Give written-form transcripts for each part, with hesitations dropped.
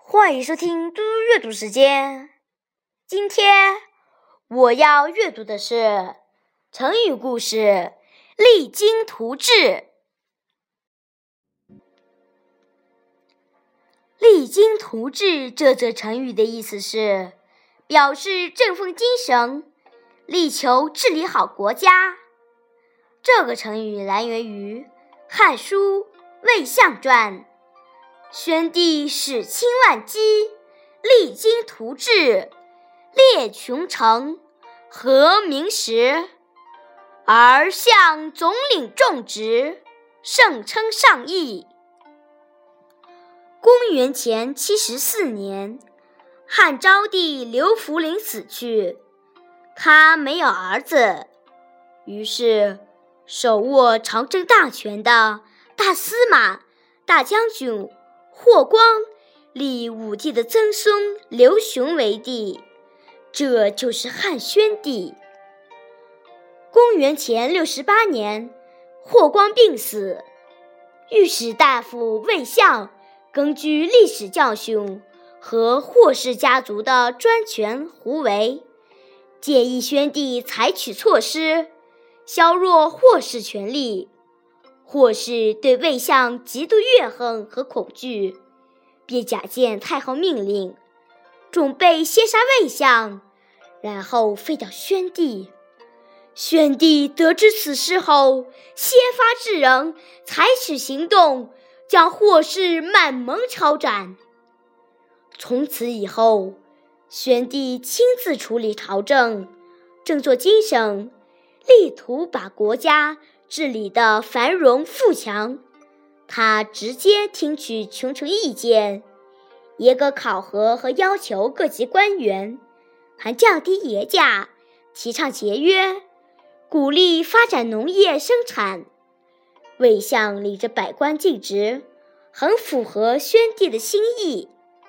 欢迎收听嘟嘟阅读时间。今天我要阅读的是成语故事励精图治。励精图治这则成语的意思是表示振奋精神，力求治理好国家。这个成语来源于《汉书·魏相传》，宣帝使亲万机，励精图治，列群臣，和民时，而向总领众职，盛称上议。公元前74年，汉昭帝刘弗陵死去，他没有儿子，于是手握朝政大权的大司马、大将军霍光立武帝的曾孙刘询为帝，这就是汉宣帝。公元前68年，霍光病死，御史大夫魏相根据历史教训和霍氏家族的专权胡为，建议宣帝采取措施削弱霍氏权力。霍氏对魏相极度怨恨和恐惧，便假借太后命令，准备先杀魏相，然后废掉宣帝。宣帝得知此事后，先发制人，采取行动，将霍氏满门抄斩。从此以后，宣帝亲自处理朝政，振作精神，力图把国家治理得繁荣富强。他直接听取群臣意见，严格考核和要求各级官员，还降低爷价，提倡节约，鼓励发展农业生产。魏相领着百官尽职，很符合宣帝的心意。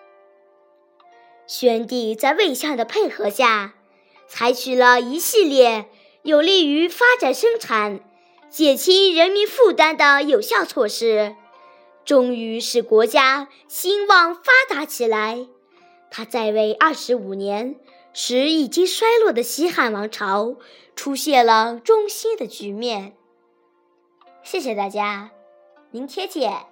宣帝在魏相的配合下，采取了一系列有利于发展生产、减轻人民负担的有效措施，终于使国家兴旺发达起来。他在位25年，使已经衰落的西汉王朝出现了中兴的局面。谢谢大家，明天见。